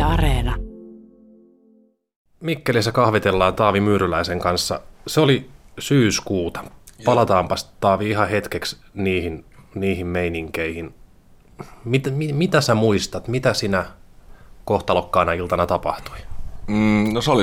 Areena. Mikkelissä kahvitellaan Taavi Myyryläisen kanssa. Se oli syyskuuta. Palataanpas Taavi ihan hetkeksi niihin meininkeihin. Mitä sä muistat? Mitä sinä kohtalokkaana iltana tapahtui? No se oli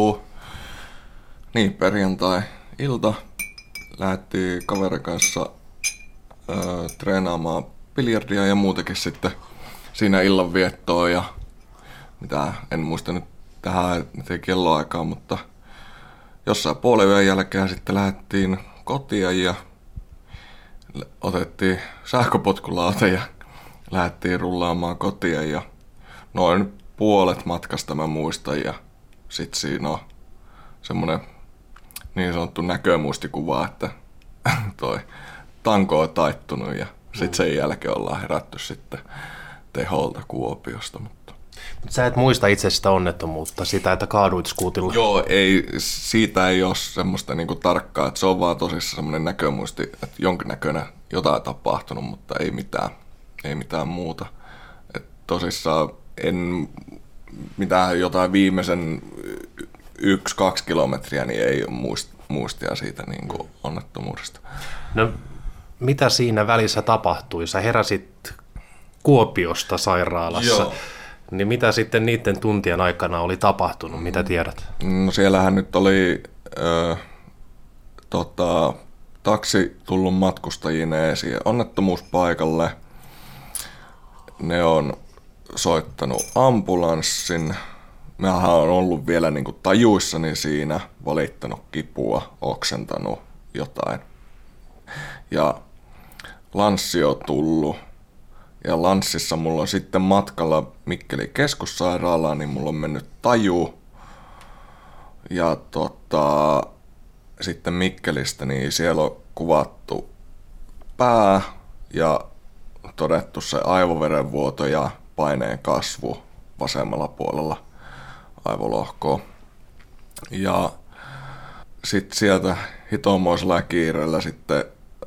perjantai-ilta. Lähdettiin kaverin kanssa treenaamaan biljardia ja muutenkin sitten siinä illanviettoon ja mitä en muista nyt tähän kelloaikaan, mutta jossain puolen yön jälkeen sitten lähdettiin kotiin ja otettiin sähköpotkulauta ja lähdettiin rullaamaan kotiin ja noin puolet matkasta mä muistan ja sit siinä on semmonen niin sanottu näkömuistikuva, että toi tanko on taittunut ja sit sen jälkeen ollaan herätty sitten teholta Kuopiosta. Mutta sä et muista itse sitä onnettomuutta, sitä, että kaaduit skuutilla? Joo, siitä ei ole semmoista niinku tarkkaa, että se on vaan tosissaan semmoinen näkömuisti, että jonkinnäköinen jotain tapahtunut, mutta ei mitään muuta. Et tosissaan en mitään jotain viimeisen 1-2 kilometriä, niin ei ole muistia siitä niinku onnettomuudesta. No, mitä siinä välissä tapahtui? Sä heräsit Kuopiosta sairaalassa. Joo. Niin mitä sitten niiden tuntien aikana oli tapahtunut? Mitä tiedät? No siellähän nyt oli taksi tullut matkustajineen siihen onnettomuuspaikalle. Ne on soittanut ambulanssin. Mähän on ollut vielä niin kuin tajuissani siinä, valittanut kipua, oksentanut jotain. Ja lanssi on tullut. Ja lanssissa mulla on sitten matkalla Mikkelin keskussairaalaan, niin mulla on mennyt taju. Ja sitten Mikkelistä, niin siellä on kuvattu pää ja todettu se aivoverenvuoto ja paineen kasvu vasemmalla puolella aivolohkoa. Ja sitten sieltä hitomoisella kiireellä sitten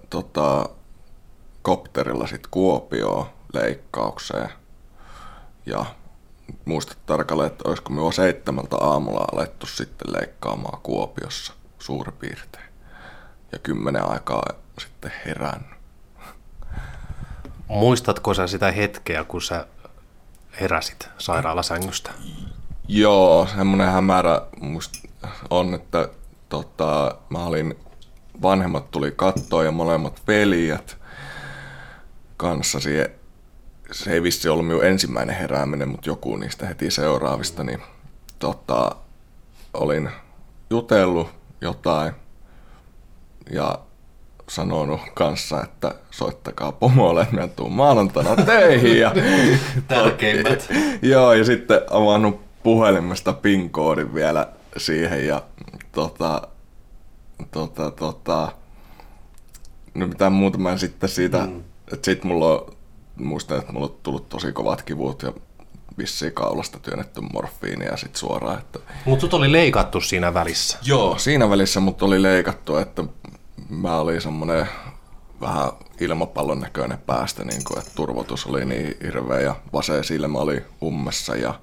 kopterilla sitten Kuopioon leikkaukseen. Ja muistat tarkalleen, että olisiko minua 7 aamulla alettu sitten leikkaamaan Kuopiossa suurin piirtein. Ja 10 aikaa sitten herännyt. Muistatko sä sitä hetkeä, kun sä heräsit sairaalasängystä? Joo, semmoinen hämärä on, että vanhemmat tuli kattoon ja molemmat veljet kanssa siihen. Se ei vissi ollut minun ensimmäinen herääminen, mutta joku niistä heti seuraavista, niin olin jutellut jotain ja sanonut kanssa, että soittakaa pomoille, että minä tuun maanantaina töihin. Ja, tärkeimmät. Joo, ja sitten avannut puhelimesta PIN-koodin vielä siihen ja no mitään muuta mä en sitten siitä, että sit muistan, että mulla on tullut tosi kovat kivut ja vissiin kaulasta työnnetty morfiinia ja sit suoraan. Mutta sut oli leikattu siinä välissä? Joo, siinä välissä mut oli leikattu, että mä olin semmonen vähän ilmapallon näköinen päästä, niin kun, että turvotus oli niin hirveä ja vasea silmä oli ummessa ja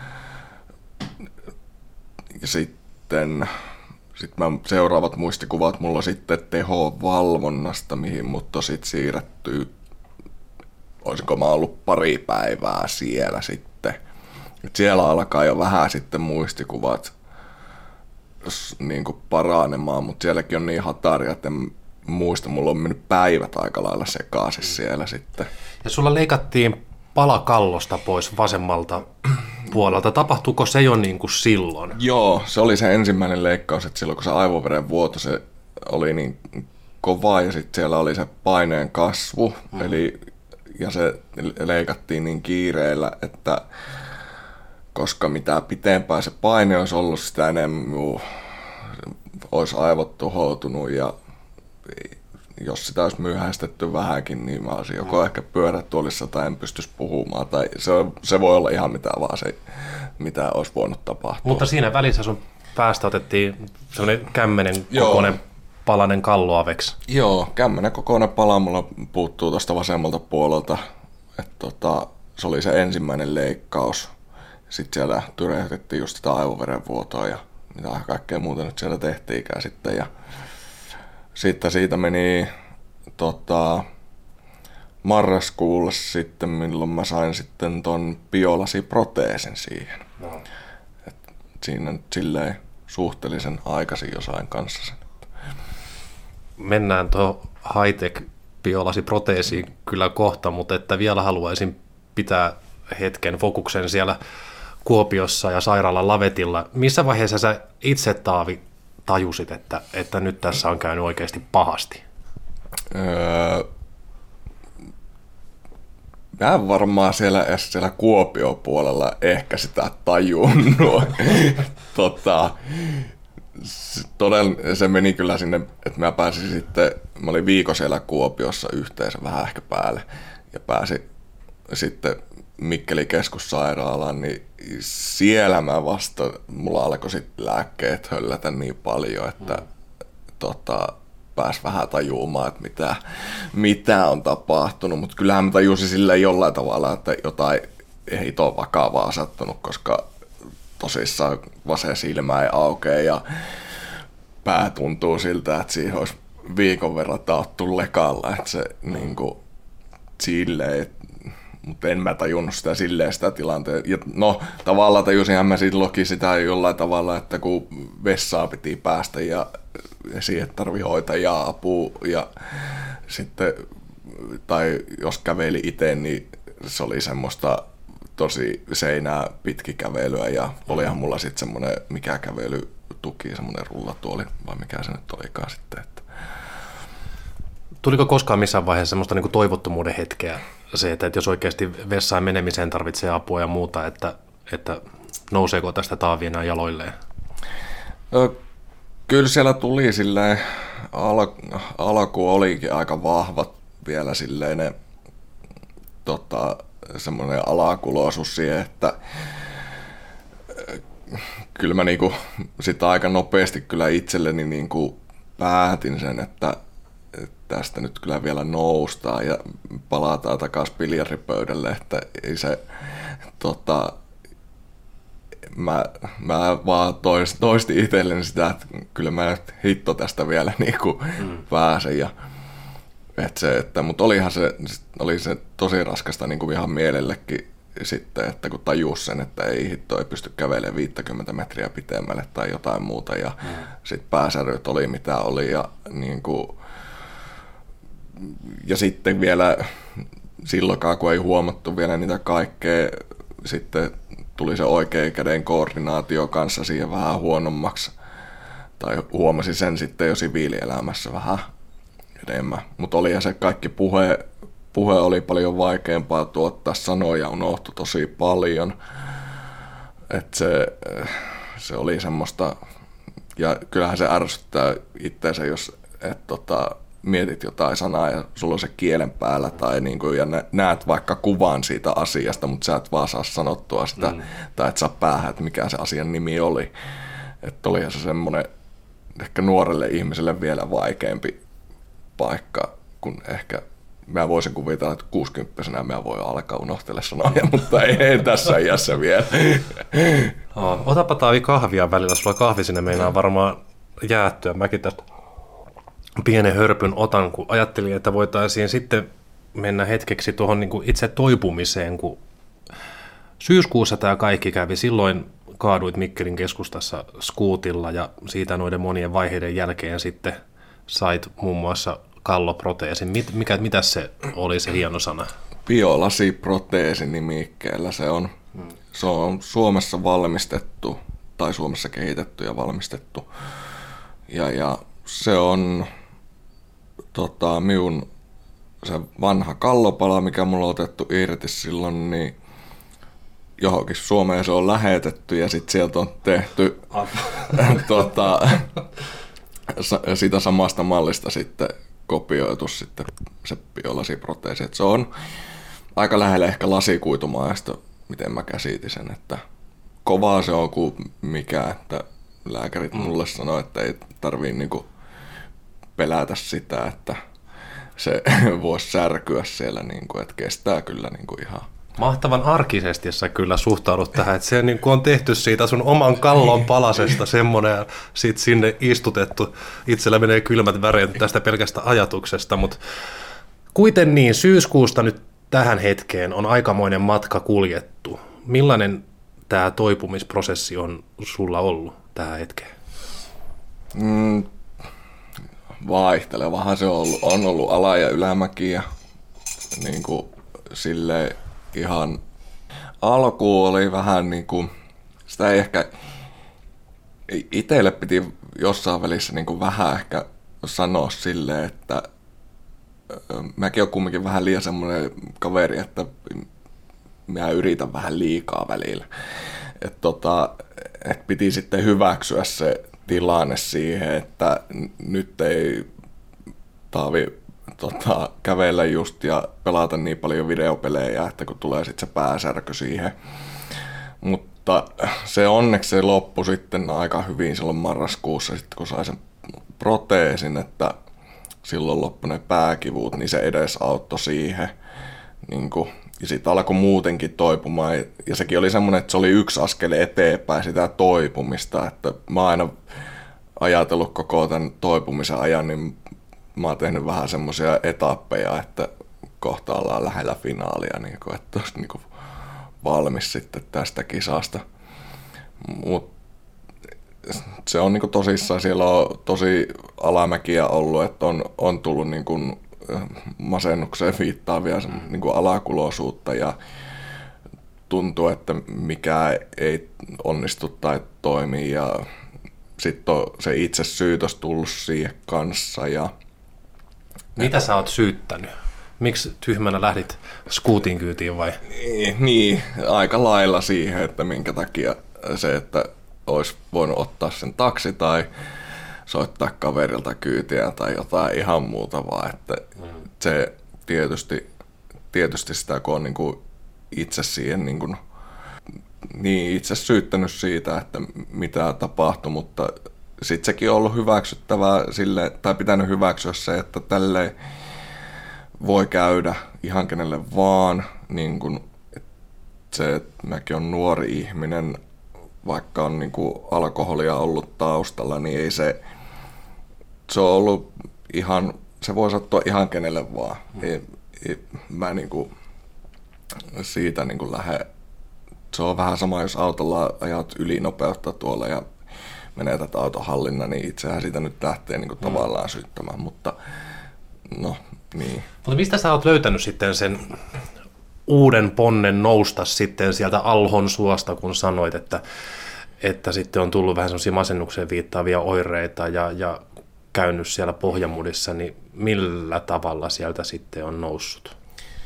sitten seuraavat muistikuvat mulla sitten tehovalvonnasta, mihin mut on sit siirretty. Oisinko mä ollut 2 päivää siellä sitten. Et siellä alkaa jo vähän sitten muistikuvat niin kuin paranemaan, mutta sielläkin on niin hataria, että en muista. Mulla on mennyt päivät aika lailla sekaisin siellä sitten. Ja sulla leikattiin pala kallosta pois vasemmalta puolelta. Tapahtuuko se jo niin kuin silloin? Joo, se oli se ensimmäinen leikkaus, että silloin kun se aivoverenvuoto se oli niin kova ja sitten siellä oli se paineen kasvu, ja se leikattiin niin kiireellä, että koska mitä pitempään se paine olisi ollut, sitä enemmän olisi aivot tuhoutunut ja jos sitä olisi myöhästetty vähänkin, niin mä olisin joko ehkä pyörätuolissa tai en pystyisi puhumaan. Tai se voi olla ihan mitä vaan se, mitä olisi voinut tapahtua. Mutta siinä välissä sun päästä otettiin sellainen kämmenen kokoinen palanen kalloaveksi. Joo, kämmenen kokoinen pala mulla puuttuu tuosta vasemmalta puolelta. Se oli se ensimmäinen leikkaus. sitten siellä tyrehdytettiin just sitä aivoverenvuotoa ja mitä kaikkea muuta nyt siellä tehtiinkään sitten. Ja sitten siitä meni marraskuulle sitten, milloin mä sain sitten ton biolasiproteesin siihen. No. Et siinä nyt silleen suhteellisen aikaisin jo sain kanssa sen. Mennään tuohon high-tech biolasiproteesiin kyllä kohta, mutta että vielä haluaisin pitää hetken fokuksen siellä Kuopiossa ja sairaalan lavetilla. Missä vaiheessa sä itse, Taavi, tajusit, että nyt tässä on käynyt oikeasti pahasti? Mä en varmaan siellä Kuopion puolella ehkä sitä tajunnut. Todella se meni kyllä sinne, että mä pääsin sitten, mä olin viikon siellä Kuopiossa yhteensä vähän ehkä päälle ja pääsin sitten Mikkelin keskussairaalaan, niin siellä mä vasta, mulla alkoi sitten lääkkeet höllätä niin paljon, että pääsi vähän tajuumaan, että mitä on tapahtunut, mutta kyllähän mä tajusin silleen jollain tavalla, että jotain ei hito vakavaa sattunut, koska tosissaan vasen silmä ei aukea ja pää tuntuu siltä, että siihen olisi viikon verran taattu lekalla, että se niinku silleen, mutta en mä tajunnut sitä silleen sitä tilanteen. Ja no tavallaan tajusinhan mä silloinkin sitä jollain tavalla, että kun vessaa piti päästä ja siihen tarvii hoitajaa apua ja sitten, tai jos käveli itse, niin se oli semmoista tosi seinää pitki kävelyä ja olihan mulla sitten semmoinen mikä kävelytuki, semmoinen rullatuoli vai mikä se nyt olikaan sitten. Että. Tuliko koskaan missään vaiheessa semmoista niin kuin toivottomuuden hetkeä se, että jos oikeasti vessaan menemiseen tarvitsee apua ja muuta, että nouseeko tästä Taavi enää jaloilleen? Kyllä siellä tuli silleen, alku olikin aika vahvat vielä silleen ne semmoinen alakuloisuus siihen, että kyllä mä niinku sitä aika nopeasti kyllä itselleni niinku päätin sen, että tästä nyt kyllä vielä noustaan ja palataan takaisin biljardipöydälle, että ei se mä vaan toistin itselleni sitä, että kyllä mä nyt hitto tästä vielä niinku pääsen ja mutta oli se tosi raskasta niin kuin ihan mielellekin sitten, että kun tajus sen, että ei pysty kävelemään 50 metriä pitemmälle tai jotain muuta ja sitten pääsäryt oli mitä oli ja niin kuin, ja sitten vielä silloinkaan kun ei huomattu vielä niitä kaikkea, sitten tuli se oikea käden koordinaatio kanssa siihen vähän huonommaksi tai huomasin sen sitten jo siviilielämässä vähän enemmän, mutta olihan se kaikki puhe oli paljon vaikeampaa tuottaa, sanoja unohtui tosi paljon, että se oli semmoista, ja kyllähän se ärsyttää itseensä, jos mietit jotain sanaa ja sulla on se kielen päällä tai niinku, ja näet vaikka kuvan siitä asiasta, mutta sä et vaan saa sanottua sitä tai et saa päähän, että mikä se asian nimi oli, että olihan se semmoinen ehkä nuorelle ihmiselle vielä vaikeampi paikka, kun ehkä mä voisin kuvitella, että 60-vuotiaana mä voin alkaa unohtella sanoja, mutta ei tässä iässä vielä. Otapa Taavi kahvia välillä, sulla kahvi sinne meinaa varmaan jäättyä. Mäkin tästä pienen hörpyn otan, kun ajattelin, että voitaisiin sitten mennä hetkeksi tuohon niin kuin itse toipumiseen, kun syyskuussa tämä kaikki kävi. Silloin kaaduit Mikkelin keskustassa skuutilla ja siitä noiden monien vaiheiden jälkeen sitten sait muun muassa kalloproteesin. Mitä se oli se hieno sana? Biolasiproteesi nimikkeellä se on. Se on Suomessa valmistettu tai Suomessa kehitetty ja valmistettu. Ja se on minun se vanha kallopala, mikä mulla on otettu irti silloin, niin johonkin Suomeen se on lähetetty ja sitten sieltä on tehty sitä samasta mallista sitten kopioitu sitten se biolasiproteesi. Et se on aika lähellä ehkä lasikuitumaista, miten mä käsitin sen, että kovaa se on kuin mikä, että lääkärit mulle sanoo, että ei tarvii niinku pelätä sitä, että se voisi särkyä siellä, niinku, että kestää kyllä niinku ihan Mahtavan arkisesti sä kyllä suhtaudut tähän, että se niin on tehty siitä sun oman kallon palasesta semmoinen ja sit sinne istutettu. Itsellä menee kylmät väreet tästä pelkästä ajatuksesta, mutta kuiten niin, syyskuusta nyt tähän hetkeen on aikamoinen matka kuljettu. Millainen tämä toipumisprosessi on sulla ollut tähän hetkeen? Vaihtelevahan se on ollut ala- ja ylämäki ja niin kuin silleen ihan alku oli vähän niin kuin, sitä ei ehkä, itselle piti jossain välissä niin kuin vähän ehkä sanoa silleen, että mäkin olen kumminkin vähän liian semmoinen kaveri, että mä yritän vähän liikaa välillä. Että piti sitten hyväksyä se tilanne siihen, että nyt ei kävellä just ja pelata niin paljon videopelejä, että kun tulee sitten se pääsärky siihen. Mutta se onneksi se loppui sitten aika hyvin silloin marraskuussa, sitten kun sai sen proteesin, että silloin loppui ne pääkivut, niin se edes auttoi siihen. Niin kuin, ja sitten alkoi muutenkin toipumaan. Ja sekin oli semmoinen, että se oli yksi askel eteenpäin sitä toipumista. Että mä oon aina ajatellut koko tämän toipumisen ajan, niin mä oon tehnyt vähän semmoisia etappeja, että kohta ollaan lähellä finaalia, niin kuin, että olisi niin kuin valmis sitten tästä kisasta. Mut se on niin kuin tosissaan, siellä on tosi alamäkiä ollut, että on tullut niin kuin masennukseen viittaavia niin kuin alakuloisuutta ja tuntuu, että mikä ei onnistu tai toimi ja sitten on se itse syytös tullut siihen kanssa. Ja mitä sä oot syyttänyt? Miksi tyhmänä lähdit skuutin kyytiin vai? Niin, aika lailla siihen, että minkä takia se, että olisi voinut ottaa sen taksi tai soittaa kaverilta kyytiä tai jotain ihan muuta vaan, että se tietysti sitä, kun on niin kuin itse siihen niin itse syyttänyt siitä, että mitä tapahtui, mutta sitten sekin on ollut hyväksyttävää sille, tai pitänyt hyväksyä se, että tälleen voi käydä ihan kenelle vaan, niin kuin se, että mäkin on nuori ihminen, vaikka on niin kuin alkoholia ollut taustalla, niin ei se on ollut ihan, se voi sattua ihan kenelle vaan. Mä niin kuin siitä niin kuin lähde, se on vähän sama, jos autolla ajat ylinopeutta tuolla ja menee tätä autohallinnan, niin itsehän siitä nyt lähtee niin kuin tavallaan syyttämään, mutta no niin. Mutta mistä sä oot löytänyt sitten sen uuden ponnen nousta sitten sieltä alhon suosta, kun sanoit, että sitten on tullut vähän semmoisia masennukseen viittaavia oireita ja käynyt siellä pohjamudissa, niin millä tavalla sieltä sitten on noussut?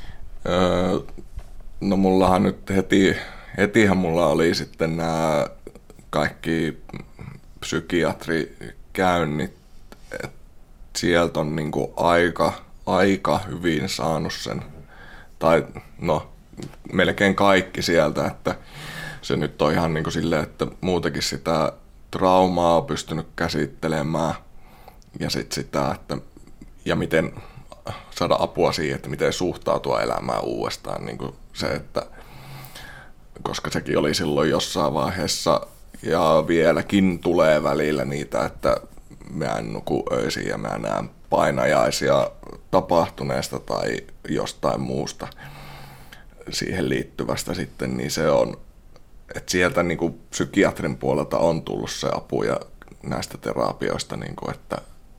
No mullahan nyt hetihän mulla oli sitten nämä kaikki psykiatrikäynnit, että sieltä on niinku aika hyvin saanut sen, tai no melkein kaikki sieltä, että se nyt on ihan niinku silleen, että muutenkin sitä traumaa on pystynyt käsittelemään ja sitten sitä, että ja miten saada apua siihen, että miten suhtautua elämään uudestaan, niin kuin se, että koska sekin oli silloin jossain vaiheessa ja vieläkin tulee välillä niitä, että mä en nuku öisin ja mä näen painajaisia tapahtuneesta tai jostain muusta siihen liittyvästä sitten, niin se on, että sieltä niin kuin psykiatrin puolelta on tullut se apu ja näistä terapioista, niin kuin, että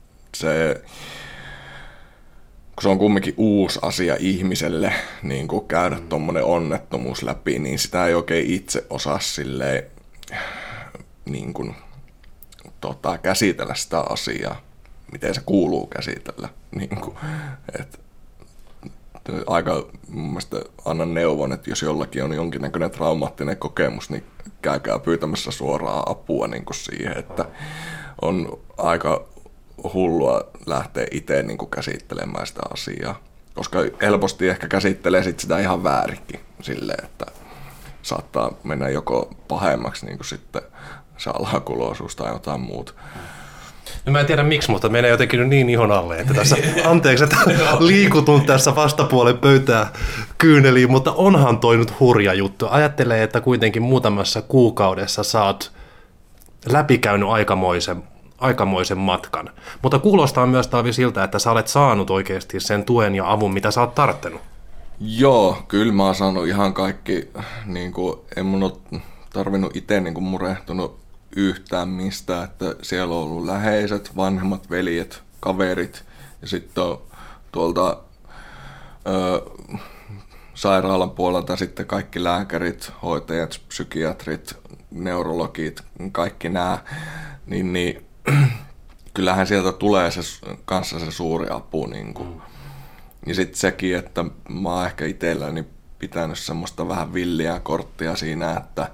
kun se on kumminkin uusi asia ihmiselle niin kuin käydä tuommoinen onnettomuus läpi, niin sitä ei oikein itse osaa silleen, niin kuin, käsitellä sitä asiaa, miten se kuuluu käsitellä. Niin kuin, että aika mun mielestä annan neuvon, että jos jollakin on jonkinnäköinen traumaattinen kokemus, niin käykää pyytämässä suoraa apua niin kuin siihen, että on aika hullua lähteä itse niin kuin käsittelemään sitä asiaa, koska helposti ehkä käsittelee sit sitä ihan väärinkin silleen, että saattaa mennä joko pahemmaksi niin kuin sitten se alakuloisuus tai jotain muuta. No mä en tiedä miksi, mutta menee jotenkin nyt niin ihon alle, että tässä, anteeksi, että liikutun tässä vastapuolen pöytää kyyneliin, mutta onhan toi nyt hurja juttu. Ajattelee, että kuitenkin muutamassa kuukaudessa sä oot läpikäynyt aikamoisen matkan. Mutta kuulostaa myös, Taavi, siltä, että sä olet saanut oikeasti sen tuen ja avun, mitä sä oot tarttenut. Joo, kyllä mä oon saanut ihan kaikki, niin kuin, en mun ole tarvinnut itse niin kuin murehtunut yhtään mistään, että siellä on ollut läheiset, vanhemmat veljet, kaverit ja sitten on tuolta sairaalan puolelta sitten kaikki lääkärit, hoitajat, psykiatrit, neurologit, kaikki nämä, niin kyllähän sieltä tulee kanssa se suuri apu. Niin kuin. Ja sitten sekin, että mä oon ehkä itselläni pitänyt semmoista vähän villiä korttia siinä, että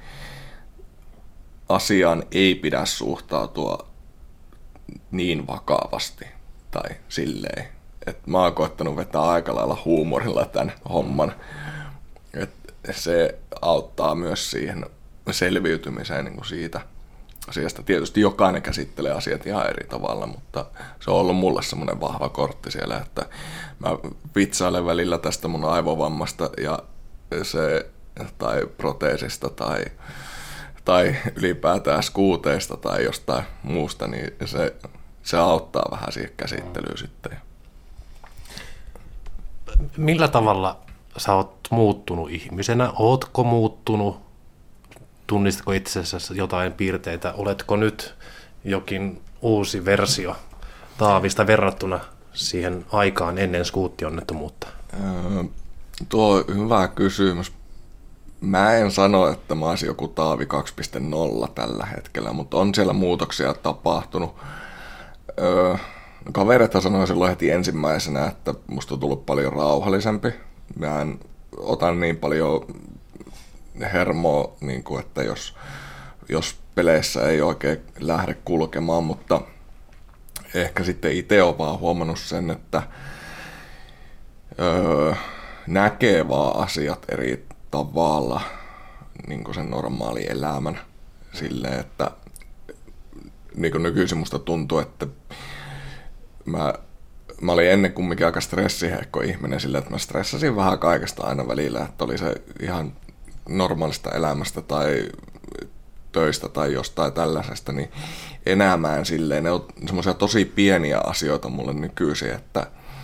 asiaan ei pidä suhtautua niin vakavasti tai silleen. Et mä oon koettanut vetää aika lailla huumorilla tämän homman. Et se auttaa myös siihen selviytymiseen niin kuin siitä asiasta. Tietysti jokainen käsittelee asiat ihan eri tavalla, mutta se on ollut mulle semmoinen vahva kortti siellä, että mä vitsailen välillä tästä mun aivovammasta ja tai proteesista tai ylipäätään skuuteista tai jostain muusta, niin se auttaa vähän siihen käsittelyyn sitten. Millä tavalla sä oot muuttunut ihmisenä? Ootko muuttunut? Tunnistako itsessäsi jotain piirteitä? Oletko nyt jokin uusi versio Taavista verrattuna siihen aikaan ennen skuuttionnettomuutta? Tuo on hyvä kysymys. Mä en sano, että mä olisin joku Taavi 2.0 tällä hetkellä, mutta on siellä muutoksia tapahtunut. Kaverithan sanoi silloin heti ensimmäisenä, että musta on tullut paljon rauhallisempi. Mä en ota niin paljon hermoa, niin kuin, että jos peleissä ei oikein lähde kulkemaan, mutta ehkä sitten itse olen vaan huomannut sen, että näkee vaan asiat eri tavalla niin kuin sen normaali elämän silleen, että niin kuin nykyisin musta tuntuu, että mä olin ennen kumminkin aika stressiheikko ihminen silleen, että mä stressasin vähän kaikesta aina välillä, että oli se ihan normaalista elämästä tai töistä tai jostain tällaisesta, niin enää mä en silleen, ne on semmoisia tosi pieniä asioita mulle nykyisin, että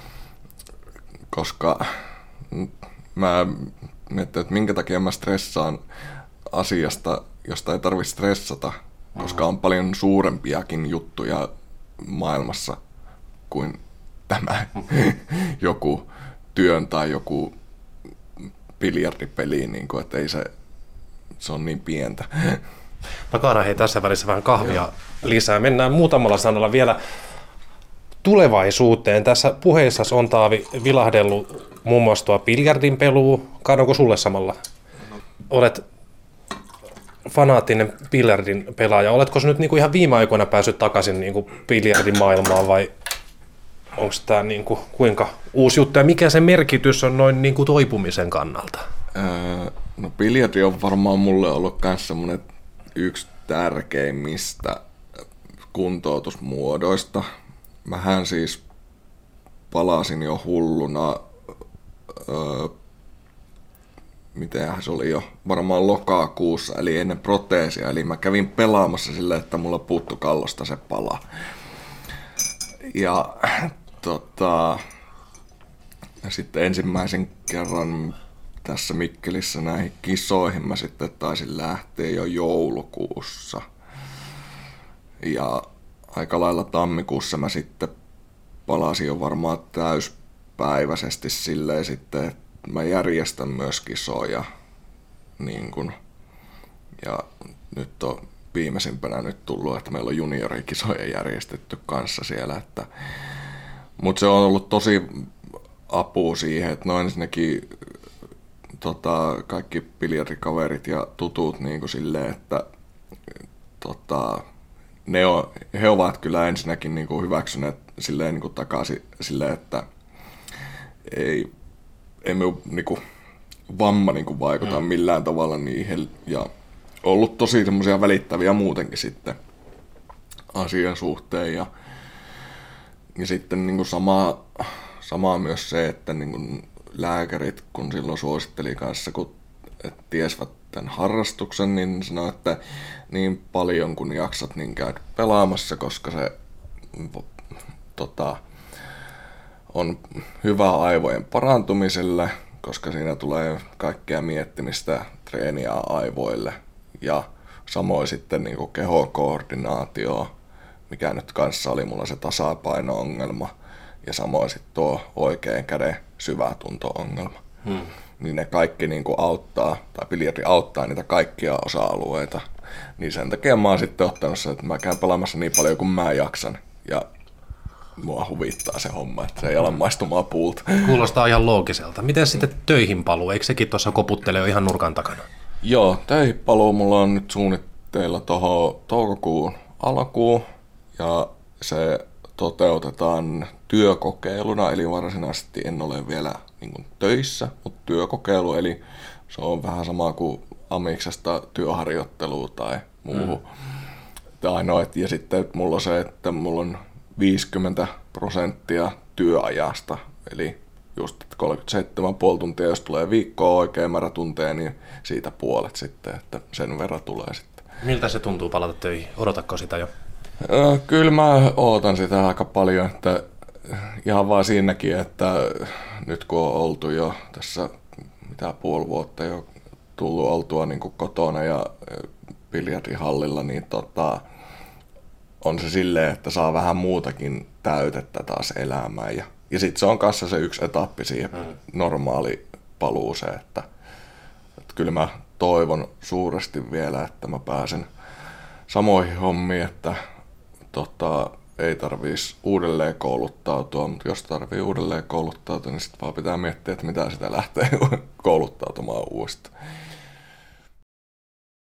koska mä mietin, että minkä takia mä stressaan asiasta, josta ei tarvitse stressata, koska on paljon suurempiakin juttuja maailmassa kuin tämä joku työn tai joku biljardipeli, niin kuin, että ei se on niin pientä. Mä kaadan tässä välissä vähän kahvia lisää. Mennään muutamalla sanalla vielä tulevaisuuteen. Tässä puheissa on, Taavi, vilahdellut muun muassa tuo biljardin peluu. Kaadanko sulle samalla? Olet fanaattinen biljardin pelaaja. Oletko nyt niinku ihan viime aikoina päässyt takaisin niinku biljardin maailmaan vai onko tämä niinku kuinka uusi juttu ja mikä se merkitys on noin niinku toipumisen kannalta? No biljardi on varmaan mulle ollut myös semmoinen yksi tärkeimmistä kuntoutusmuodoista. Mähän siis palasin jo hulluna, mitenhän se oli jo, varmaan lokakuussa, eli ennen proteesia. Eli mä kävin pelaamassa silleen, että mulla puuttui kallosta se pala. Ja sitten ensimmäisen kerran tässä Mikkelissä näihin kisoihin mä sitten taisin lähteä jo joulukuussa. Ja aika lailla tammikuussa mä sitten palasin jo varmaan täyspäiväisesti silleen sitten, että mä järjestän myös kisoja. Niin kun, ja nyt on viimeisimpänä nyt tullut, että meillä on juniorikisoja järjestetty kanssa siellä. Mutta se on ollut tosi apua siihen, että no ensinnäkin kaikki biljardikaverit ja tutut niin kuin silleen, että he ovat kyllä ensinnäkin niin kuin hyväksyneet silleen niin kuin takaisin silleen, että ei minun niin kuin vamma niin kuin vaikuta millään tavalla niihin ja ollut tosi semmoisia välittäviä muutenkin sitten asian suhteen ja Ja sitten niin kuin samaa myös se, että niin kuin lääkärit, kun silloin suositteli kanssa, kun tiesivät tämän harrastuksen, niin sanoi, että niin paljon kun jaksat, niin käyt pelaamassa, koska se on hyvä aivojen parantumiselle, koska siinä tulee kaikkea miettimistä treeniä aivoille. Ja samoin sitten niin kuin kehokoordinaatio, mikä nyt kanssa oli mulla se tasapaino-ongelma. Ja samoin sitten tuo oikean käden syvätunto-ongelma. Niin ne kaikki niin kuin auttaa, tai biljardi auttaa niitä kaikkia osa-alueita. Niin sen takia mä oon sitten ottanut se, että mä käyn pelaamassa niin paljon kuin mä jaksan. Ja mua huvittaa se homma, että se ei ala maistumaan puulta. Kuulostaa ihan loogiselta. Miten sitten töihin paluu? Eikö sekin tuossa koputtele jo ihan nurkan takana? Joo, töihin paluu mulla on nyt suunnitteilla tuohon toukokuun alkuun. Ja se toteutetaan työkokeiluna, eli varsinaisesti en ole vielä niin kuin töissä, mutta työkokeilu, eli se on vähän sama kuin amiksesta työharjoittelua tai muuhun. Ja sitten mulla on se, että mulla on 50% työajasta, eli just 37,5 tuntia, jos tulee viikkoa oikein määrä tunteja, niin siitä puolet sitten, että sen verran tulee sitten. Miltä se tuntuu palata töihin? Odotatko sitä jo? Kyllä mä ootan sitä aika paljon, että ihan vaan siinäkin, että nyt kun on oltu jo tässä puoli vuotta jo tullut oltua niin kuin kotona ja biljardihallilla, niin on se silleen, että saa vähän muutakin täytettä taas elämään. Ja sitten se on kanssa se yksi etappi siihen normaali paluuseen, että kyllä mä toivon suuresti vielä, että mä pääsen samoihin hommiin, että ei tarvitsisi uudelleen kouluttautua, mutta jos tarvii uudelleen kouluttautua, niin sitten vaan pitää miettiä, että mitä sitä lähtee kouluttautumaan uudestaan.